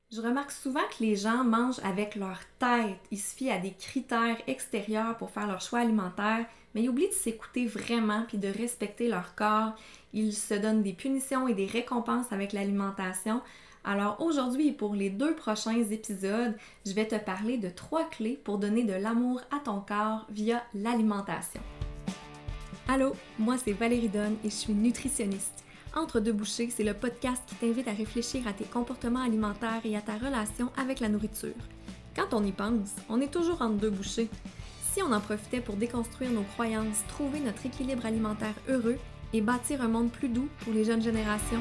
Je remarque souvent que les gens mangent avec leur tête. Ils se fient à des critères extérieurs pour faire leur choix alimentaire, mais ils oublient de s'écouter vraiment puis de respecter leur corps. Ils se donnent des punitions et des récompenses avec l'alimentation. Alors aujourd'hui et pour les 2 prochains épisodes, je vais te parler de 3 clés pour donner de l'amour à ton corps via l'alimentation. Allô, moi c'est Valérie Donne et je suis nutritionniste. Entre deux bouchées, c'est le podcast qui t'invite à réfléchir à tes comportements alimentaires et à ta relation avec la nourriture. Quand on y pense, on est toujours entre deux bouchées. Si on en profitait pour déconstruire nos croyances, trouver notre équilibre alimentaire heureux et bâtir un monde plus doux pour les jeunes générations?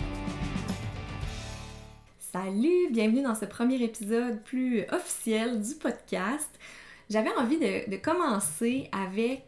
Salut, bienvenue dans ce premier épisode plus officiel du podcast. J'avais envie de commencer avec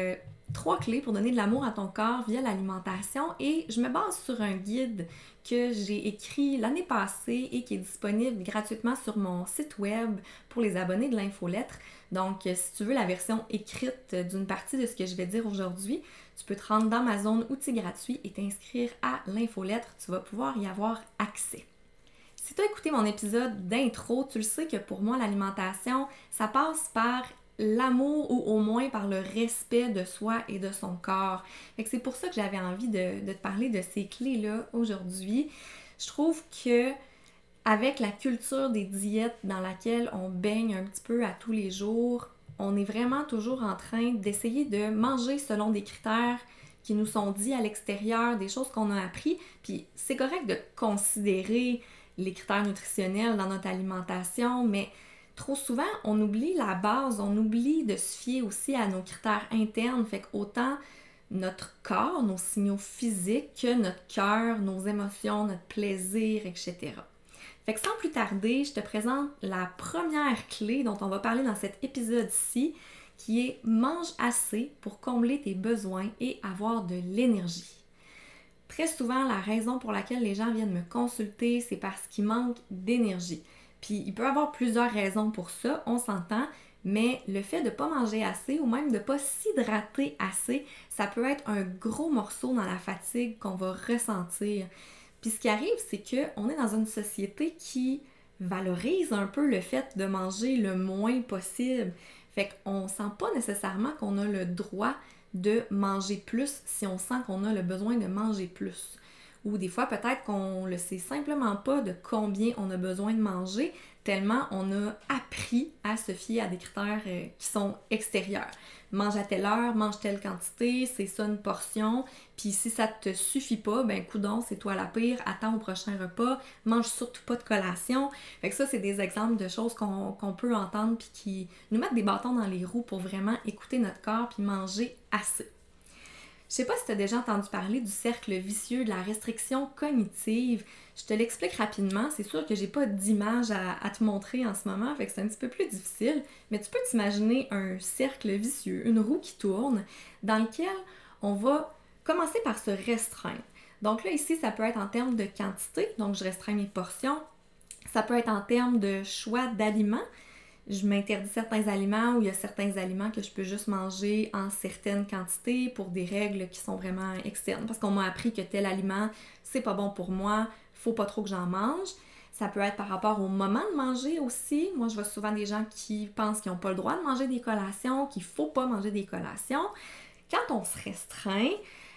3 clés pour donner de l'amour à ton corps via l'alimentation et je me base sur un guide que j'ai écrit l'année passée et qui est disponible gratuitement sur mon site web pour les abonnés de l'infolettre. Donc, si tu veux la version écrite d'une partie de ce que je vais dire aujourd'hui, tu peux te rendre dans ma zone outils gratuits et t'inscrire à l'infolettre. Tu vas pouvoir y avoir accès. Si tu as écouté mon épisode d'intro, tu le sais que pour moi, l'alimentation, ça passe par l'amour ou au moins par le respect de soi et de son corps. Fait que c'est pour ça que j'avais envie de te parler de ces clés-là aujourd'hui. Je trouve que avec la culture des diètes dans laquelle on baigne un petit peu à tous les jours, on est vraiment toujours en train d'essayer de manger selon des critères qui nous sont dits à l'extérieur, des choses qu'on a appris. Puis c'est correct de considérer les critères nutritionnels dans notre alimentation, mais trop souvent, on oublie la base, on oublie de se fier aussi à nos critères internes, fait qu'autant notre corps, nos signaux physiques, que notre cœur, nos émotions, notre plaisir, etc. Fait que sans plus tarder, je te présente la première clé dont on va parler dans cet épisode-ci, qui est « Mange assez pour combler tes besoins et avoir de l'énergie ». Très souvent, la raison pour laquelle les gens viennent me consulter, c'est parce qu'ils manquent d'énergie. Puis il peut y avoir plusieurs raisons pour ça, on s'entend, mais le fait de ne pas manger assez ou même de ne pas s'hydrater assez, ça peut être un gros morceau dans la fatigue qu'on va ressentir. Puis ce qui arrive, c'est qu'on est dans une société qui valorise un peu le fait de manger le moins possible. Fait qu'on ne sent pas nécessairement qu'on a le droit de manger plus si on sent qu'on a le besoin de manger plus. Ou des fois, peut-être qu'on ne le sait simplement pas de combien on a besoin de manger, tellement on a appris à se fier à des critères qui sont extérieurs. Mange à telle heure, mange telle quantité, c'est ça une portion, puis si ça te suffit pas, ben coudonc, c'est toi la pire, attends au prochain repas, mange surtout pas de collation. Fait que ça, c'est des exemples de choses qu'on peut entendre puis qui nous mettent des bâtons dans les roues pour vraiment écouter notre corps puis manger assez. Je sais pas si tu as déjà entendu parler du cercle vicieux de la restriction cognitive. Je te l'explique rapidement. C'est sûr que j'ai pas d'image à te montrer en ce moment, fait que c'est un petit peu plus difficile, mais tu peux t'imaginer un cercle vicieux, une roue qui tourne, dans lequel on va commencer par se restreindre. Donc là, ici, ça peut être en termes de quantité, donc je restreins mes portions. Ça peut être en termes de choix d'aliments. Je m'interdis certains aliments ou il y a certains aliments que je peux juste manger en certaines quantités pour des règles qui sont vraiment externes. Parce qu'on m'a appris que tel aliment, c'est pas bon pour moi, faut pas trop que j'en mange. Ça peut être par rapport au moment de manger aussi. Moi, je vois souvent des gens qui pensent qu'ils n'ont pas le droit de manger des collations, qu'il faut pas manger des collations. Quand on se restreint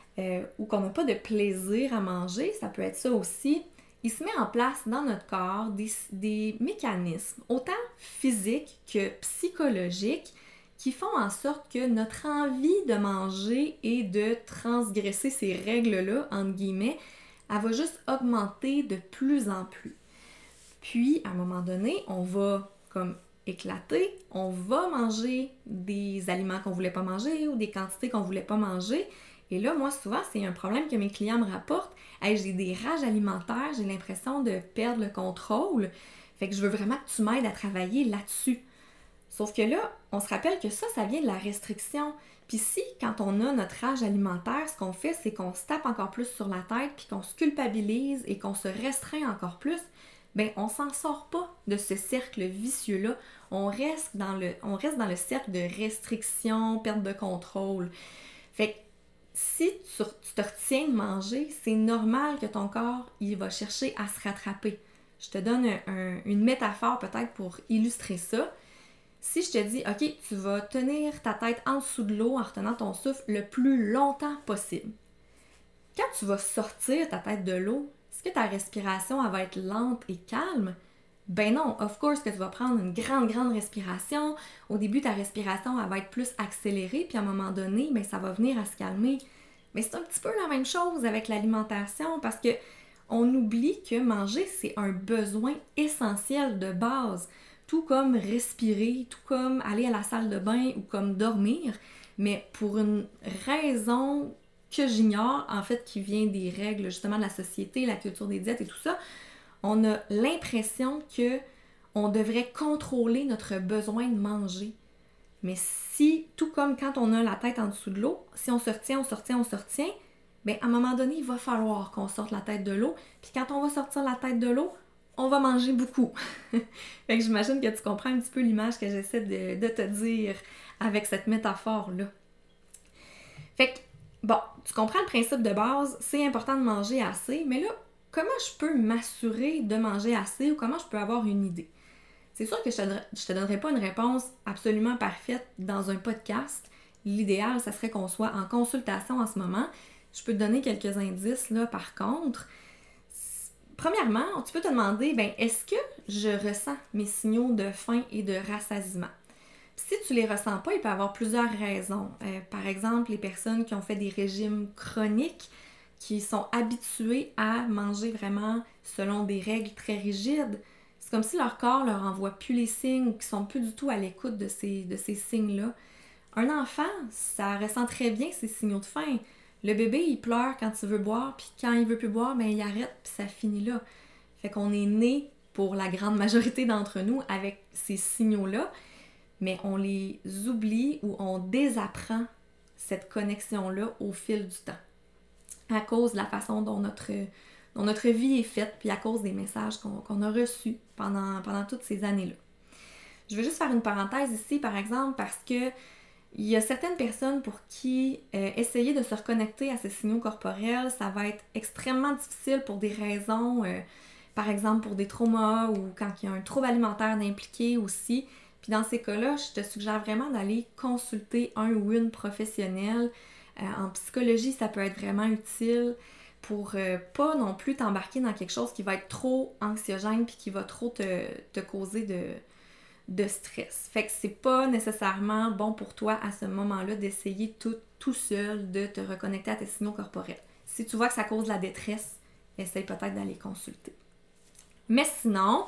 ou qu'on n'a pas de plaisir à manger, ça peut être ça aussi. Il se met en place dans notre corps des mécanismes, autant physiques que psychologiques, qui font en sorte que notre envie de manger et de transgresser ces règles-là, entre guillemets, elle va juste augmenter de plus en plus. Puis, à un moment donné, on va comme éclater, on va manger des aliments qu'on voulait pas manger ou des quantités qu'on voulait pas manger. Et là, moi, souvent, c'est un problème que mes clients me rapportent. Hey, j'ai des rages alimentaires, j'ai l'impression de perdre le contrôle. Fait que je veux vraiment que tu m'aides à travailler là-dessus. Sauf que là, on se rappelle que ça vient de la restriction. Puis si, quand on a notre rage alimentaire, ce qu'on fait, c'est qu'on se tape encore plus sur la tête, puis qu'on se culpabilise et qu'on se restreint encore plus, ben on s'en sort pas de ce cercle vicieux-là. On reste dans le cercle de restriction, perte de contrôle. Fait que si tu te retiens de manger, c'est normal que ton corps il va chercher à se rattraper. Je te donne une métaphore peut-être pour illustrer ça. Si je te dis, OK, tu vas tenir ta tête en dessous de l'eau en retenant ton souffle le plus longtemps possible. Quand tu vas sortir ta tête de l'eau, est-ce que ta respiration elle va être lente et calme? Ben non, of course que tu vas prendre une grande respiration. Au début, ta respiration elle va être plus accélérée, puis à un moment donné, ben, ça va venir à se calmer. Mais c'est un petit peu la même chose avec l'alimentation parce que on oublie que manger, c'est un besoin essentiel de base. Tout comme respirer, tout comme aller à la salle de bain ou comme dormir. Mais pour une raison que j'ignore, en fait, qui vient des règles justement de la société, la culture des diètes et tout ça, on a l'impression que on devrait contrôler notre besoin de manger. Mais si, tout comme quand on a la tête en dessous de l'eau, si on se retient, bien à un moment donné, il va falloir qu'on sorte la tête de l'eau. Puis quand on va sortir la tête de l'eau, on va manger beaucoup. Fait que j'imagine que tu comprends un petit peu l'image que j'essaie de te dire avec cette métaphore-là. Fait que, bon, tu comprends le principe de base, c'est important de manger assez, mais là, comment je peux m'assurer de manger assez ou comment je peux avoir une idée? C'est sûr que je te donnerai pas une réponse absolument parfaite dans un podcast. L'idéal, ça serait qu'on soit en consultation en ce moment. Je peux te donner quelques indices là, par contre. Premièrement, tu peux te demander, est-ce que je ressens mes signaux de faim et de rassasiement? Si tu les ressens pas, il peut y avoir plusieurs raisons. Par exemple, les personnes qui ont fait des régimes chroniques, qui sont habituées à manger vraiment selon des règles très rigides, c'est comme si leur corps leur envoie plus les signes ou qu'ils sont plus du tout à l'écoute de ces signes-là. Un enfant, ça ressent très bien ces signaux de faim. Le bébé, il pleure quand il veut boire, puis quand il veut plus boire, il arrête, puis ça finit là. Fait qu'on est né, pour la grande majorité d'entre nous, avec ces signaux-là, mais on les oublie ou on désapprend cette connexion-là au fil du temps. À cause de la façon dont notre vie est faite, puis à cause des messages qu'on a reçus pendant toutes ces années-là. Je vais juste faire une parenthèse ici, par exemple, parce que il y a certaines personnes pour qui essayer de se reconnecter à ces signaux corporels, ça va être extrêmement difficile pour des raisons, par exemple pour des traumas ou quand il y a un trouble alimentaire d'impliqué aussi. Puis dans ces cas-là, je te suggère vraiment d'aller consulter un ou une professionnelle. En psychologie, ça peut être vraiment utile pour pas non plus t'embarquer dans quelque chose qui va être trop anxiogène puis qui va trop te causer de stress. Fait que c'est pas nécessairement bon pour toi à ce moment-là d'essayer tout seul de te reconnecter à tes signaux corporels. Si tu vois que ça cause de la détresse, essaye peut-être d'aller consulter. Mais sinon,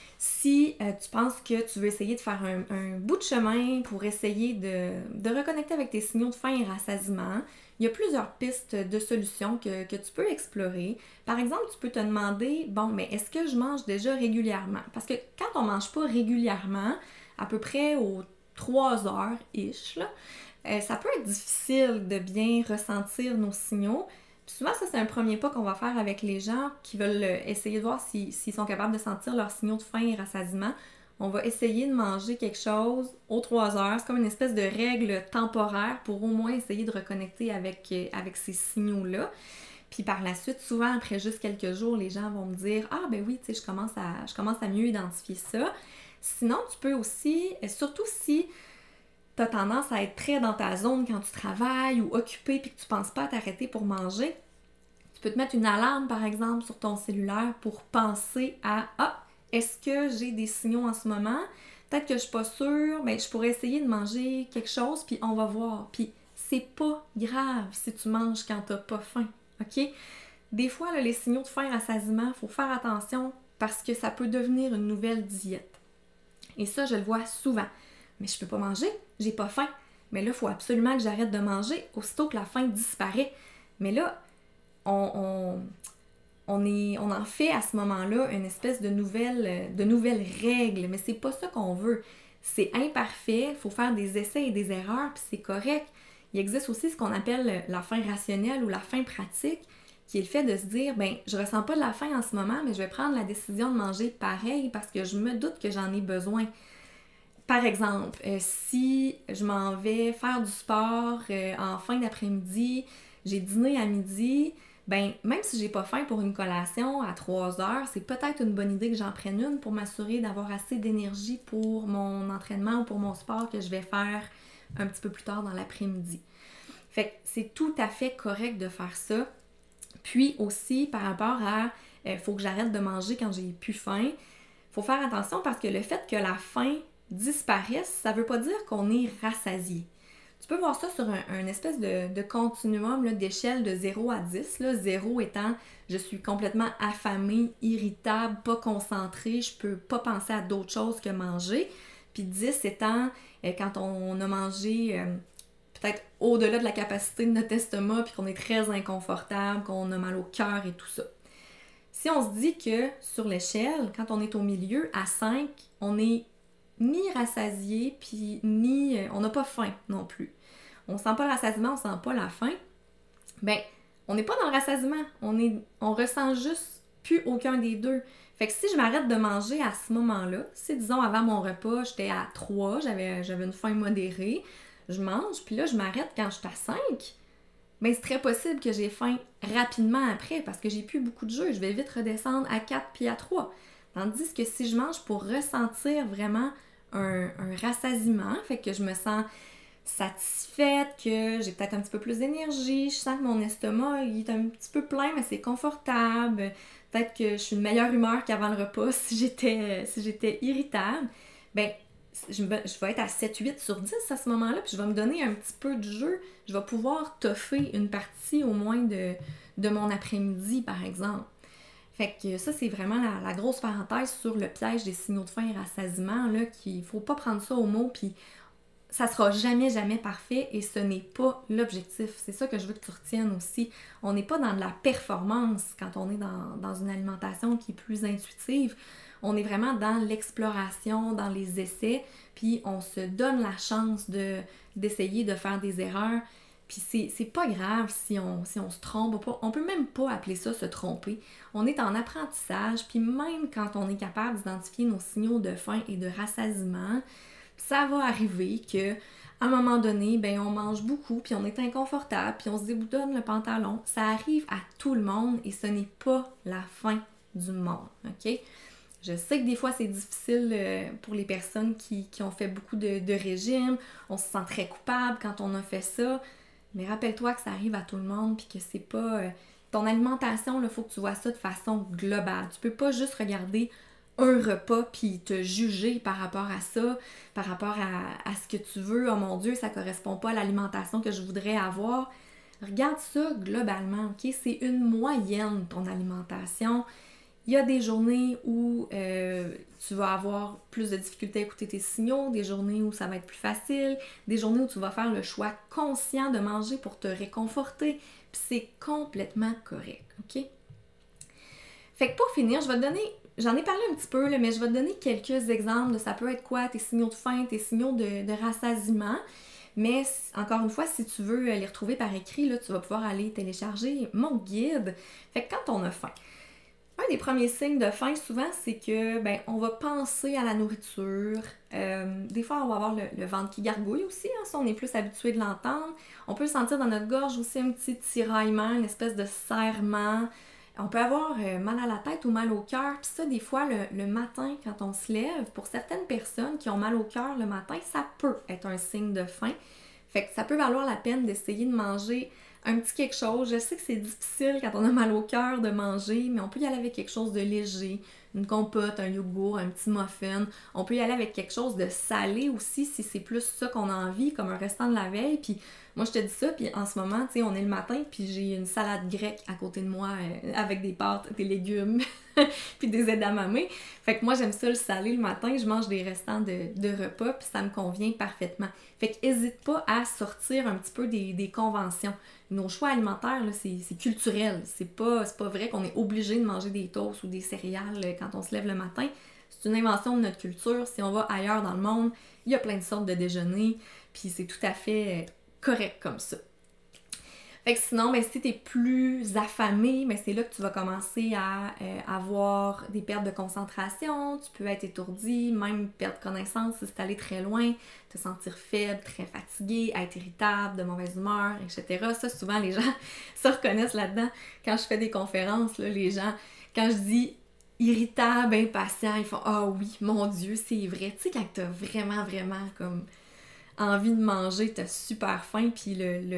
si tu penses que tu veux essayer de faire un bout de chemin pour essayer de reconnecter avec tes signaux de faim et rassasiement, il y a plusieurs pistes de solutions que tu peux explorer. Par exemple, tu peux te demander, mais est-ce que je mange déjà régulièrement? Parce que quand on ne mange pas régulièrement, à peu près aux 3 heures-ish, ça peut être difficile de bien ressentir nos signaux. Puis souvent, ça, c'est un premier pas qu'on va faire avec les gens qui veulent essayer de voir s'ils sont capables de sentir leurs signaux de faim et rassasiement. On va essayer de manger quelque chose aux 3 heures. C'est comme une espèce de règle temporaire pour au moins essayer de reconnecter avec ces signaux-là. Puis par la suite, souvent, après juste quelques jours, les gens vont me dire « Ah, ben oui, tu sais, je commence à mieux identifier ça. » Sinon, tu peux aussi, surtout si tu as tendance à être très dans ta zone quand tu travailles ou occupé puis que tu ne penses pas à t'arrêter pour manger, tu peux te mettre une alarme, par exemple, sur ton cellulaire pour penser à « Ah, est-ce que j'ai des signaux en ce moment? Peut-être que je suis pas sûre, je pourrais essayer de manger quelque chose, puis on va voir. » Puis c'est pas grave si tu manges quand t'as pas faim, OK? Des fois, là, les signaux de faim et rassasiement, il faut faire attention parce que ça peut devenir une nouvelle diète. Et ça, je le vois souvent. Mais je peux pas manger, j'ai pas faim. Mais là, il faut absolument que j'arrête de manger aussitôt que la faim disparaît. Mais là, on en fait à ce moment-là une espèce de nouvelle règle, mais c'est pas ça qu'on veut. C'est imparfait, il faut faire des essais et des erreurs, puis c'est correct. Il existe aussi ce qu'on appelle la faim rationnelle ou la faim pratique, qui est le fait de se dire, je ressens pas de la faim en ce moment, mais je vais prendre la décision de manger pareil parce que je me doute que j'en ai besoin. Par exemple, si je m'en vais faire du sport en fin d'après-midi, j'ai dîné à midi, ben même si j'ai pas faim pour une collation à 3 heures, c'est peut-être une bonne idée que j'en prenne une pour m'assurer d'avoir assez d'énergie pour mon entraînement ou pour mon sport que je vais faire un petit peu plus tard dans l'après-midi. Fait que c'est tout à fait correct de faire ça. Puis aussi, par rapport à faut que j'arrête de manger quand j'ai plus faim, faut faire attention parce que le fait que la faim disparaisse, ça veut pas dire qu'on est rassasié. Tu peux voir ça sur un espèce de continuum là, d'échelle de 0 à 10. Là. 0 étant je suis complètement affamée, irritable, pas concentrée, je peux pas penser à d'autres choses que manger. Puis 10 étant quand on a mangé peut-être au-delà de la capacité de notre estomac, puis qu'on est très inconfortable, qu'on a mal au cœur et tout ça. Si on se dit que sur l'échelle, quand on est au milieu, à 5, on n'est ni rassasié, puis ni on n'a pas faim non plus. On sent pas le rassasiement, on sent pas la faim. Ben, on n'est pas dans le rassasiement. On ressent juste plus aucun des deux. Fait que si je m'arrête de manger à ce moment-là, si disons avant mon repas, j'étais à 3, j'avais une faim modérée, je mange, puis là je m'arrête quand je suis à 5, ben c'est très possible que j'ai faim rapidement après parce que j'ai plus beaucoup de jus. Je vais vite redescendre à 4 puis à 3. Tandis que si je mange pour ressentir vraiment un rassasiement, fait que je me sens satisfaite, que j'ai peut-être un petit peu plus d'énergie, je sens que mon estomac il est un petit peu plein mais c'est confortable, peut-être que je suis de meilleure humeur qu'avant le repas si j'étais irritable, ben je vais être à 7-8 sur 10 à ce moment-là, puis je vais me donner un petit peu de jeu, je vais pouvoir toffer une partie au moins de mon après-midi par exemple. Fait que ça, c'est vraiment la grosse parenthèse sur le piège des signaux de faim et rassasiement, là, qu'il faut pas prendre ça au mot, puis ça sera jamais parfait et ce n'est pas l'objectif. C'est ça que je veux que tu retiennes aussi. On n'est pas dans de la performance quand on est dans une alimentation qui est plus intuitive. On est vraiment dans l'exploration, dans les essais, puis on se donne la chance d'essayer de faire des erreurs. Puis c'est pas grave si on se trompe. On peut même pas appeler ça se tromper. On est en apprentissage, puis même quand on est capable d'identifier nos signaux de faim et de rassasiement, ça va arriver que à un moment donné, ben on mange beaucoup, puis on est inconfortable, puis on se déboutonne le pantalon. Ça arrive à tout le monde et ce n'est pas la fin du monde, ok? Je sais que des fois, c'est difficile pour les personnes qui ont fait beaucoup de régimes. On se sent très coupable quand on a fait ça. Mais rappelle-toi que ça arrive à tout le monde puis que c'est pas... ton alimentation, il faut que tu vois ça de façon globale. Tu peux pas juste regarder un repas puis te juger par rapport à ça, par rapport à ce que tu veux. Oh mon Dieu, ça correspond pas à l'alimentation que je voudrais avoir. Regarde ça globalement, ok? C'est une moyenne, ton alimentation. Il y a des journées où tu vas avoir plus de difficultés à écouter tes signaux, des journées où ça va être plus facile, des journées où tu vas faire le choix conscient de manger pour te réconforter, puis c'est complètement correct, ok? Fait que pour finir, je vais te donner, j'en ai parlé un petit peu, là, mais je vais te donner quelques exemples de ça peut être quoi, tes signaux de faim, tes signaux de rassasiement. Mais encore une fois, si tu veux les retrouver par écrit, là, tu vas pouvoir aller télécharger mon guide. Fait que quand on a faim, un des premiers signes de faim, souvent, c'est que on va penser à la nourriture. Des fois, on va avoir le ventre qui gargouille aussi, hein, si on est plus habitué de l'entendre. On peut sentir dans notre gorge aussi un petit tiraillement, une espèce de serrement. On peut avoir mal à la tête ou mal au cœur. Puis ça, des fois, le matin, quand on se lève, pour certaines personnes qui ont mal au cœur le matin, ça peut être un signe de faim. Fait que ça peut valoir la peine d'essayer de manger un petit quelque chose. Je sais que c'est difficile quand on a mal au cœur de manger, mais on peut y aller avec quelque chose de léger, une compote, un yogourt, un petit muffin. On peut y aller avec quelque chose de salé aussi si c'est plus ça qu'on a envie, comme un restant de la veille. Puis moi, je te dis ça, puis en ce moment, tu sais, on est le matin, puis j'ai une salade grecque à côté de moi avec des pâtes, des légumes, puis des edamame. Fait que moi, j'aime ça le salé le matin, je mange des restants de repas, puis ça me convient parfaitement. Fait que n'hésite pas à sortir un petit peu des conventions. Nos choix alimentaires, là, c'est culturel. C'est pas vrai qu'on est obligé de manger des toasts ou des céréales quand on se lève le matin. C'est une invention de notre culture. Si on va ailleurs dans le monde, il y a plein de sortes de déjeuners, puis c'est tout à fait correct comme ça. Fait que sinon, ben, si t'es plus affamé, ben, c'est là que tu vas commencer à avoir des pertes de concentration, tu peux être étourdi, même perdre connaissance si c'est allé très loin, te sentir faible, très fatigué, être irritable, de mauvaise humeur, etc. Ça, souvent, les gens se reconnaissent là-dedans. Quand je fais des conférences, là, les gens, quand je dis irritable, impatient, ils font « Ah oui, mon Dieu, c'est vrai! » Tu sais, quand t'as vraiment, vraiment comme envie de manger, t'as super faim, puis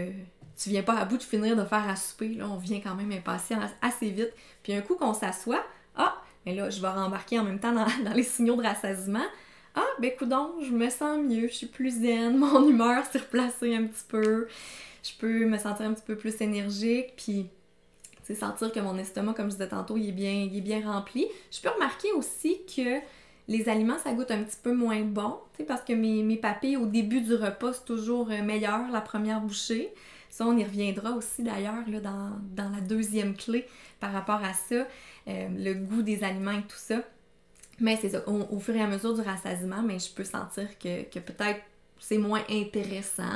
tu viens pas à bout de finir de faire à souper, là, on vient quand même impatient assez vite. Puis un coup qu'on s'assoit, mais là, je vais rembarquer en même temps dans les signaux de rassasiement. Coudonc, je me sens mieux, je suis plus zen, mon humeur s'est replacée un petit peu, je peux me sentir un petit peu plus énergique, puis sentir que mon estomac, comme je disais tantôt, il est bien rempli. Je peux remarquer aussi que les aliments, ça goûte un petit peu moins bon, parce que mes papilles, au début du repas, c'est toujours meilleur, la première bouchée. Ça, on y reviendra aussi d'ailleurs là, dans la deuxième clé par rapport à ça, le goût des aliments et tout ça. Mais c'est ça, au fur et à mesure du rassasiement, mais je peux sentir que peut-être c'est moins intéressant.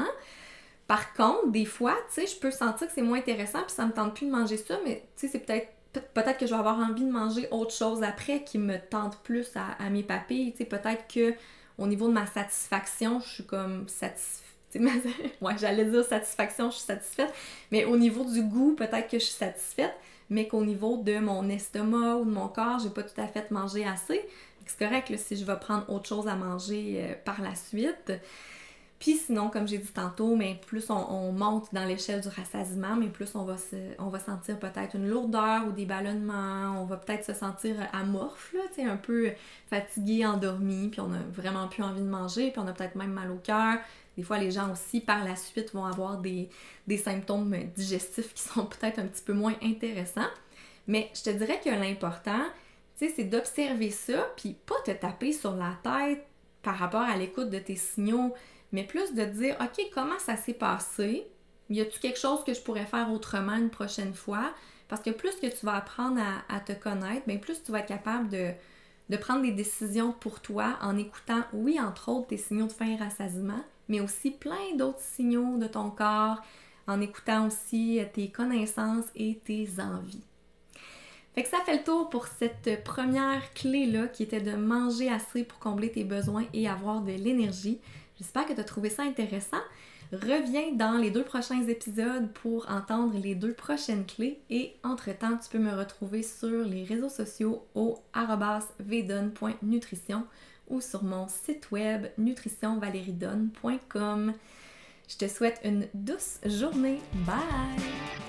Par contre, des fois, tu sais, je peux sentir que c'est moins intéressant puis ça me tente plus de manger ça, mais tu sais, c'est peut-être que je vais avoir envie de manger autre chose après qui me tente plus à mes papilles. Tu sais, peut-être que au niveau de ma satisfaction, je suis comme satisfaite. Ouais, j'allais dire satisfaction, je suis satisfaite. Mais au niveau du goût, peut-être que je suis satisfaite, mais qu'au niveau de mon estomac ou de mon corps, j'ai pas tout à fait mangé assez. C'est correct là, si je vais prendre autre chose à manger par la suite. Puis sinon, comme j'ai dit tantôt, mais plus on monte dans l'échelle du rassasiement, mais plus on va sentir peut-être une lourdeur ou des ballonnements, on va peut-être se sentir amorphe, là, tu sais, un peu fatigué, endormi, puis on a vraiment plus envie de manger, puis on a peut-être même mal au cœur. Des fois, les gens aussi, par la suite, vont avoir des symptômes digestifs qui sont peut-être un petit peu moins intéressants. Mais je te dirais que l'important, tu sais, c'est d'observer ça, puis pas te taper sur la tête par rapport à l'écoute de tes signaux, mais plus de te dire, OK, comment ça s'est passé? Y a-t-il quelque chose que je pourrais faire autrement une prochaine fois? Parce que plus que tu vas apprendre à te connaître, bien plus tu vas être capable de prendre des décisions pour toi en écoutant, oui, entre autres, tes signaux de faim et rassasiement, mais aussi plein d'autres signaux de ton corps, en écoutant aussi tes connaissances et tes envies. Fait que ça fait le tour pour cette première clé-là qui était de manger assez pour combler tes besoins et avoir de l'énergie. J'espère que tu as trouvé ça intéressant. Reviens dans les 2 prochains épisodes pour entendre les 2 prochaines clés et entre-temps, tu peux me retrouver sur les réseaux sociaux au @vedon.nutrition ou sur mon site web nutritionvaleriedonne.com. Je te souhaite une douce journée. Bye!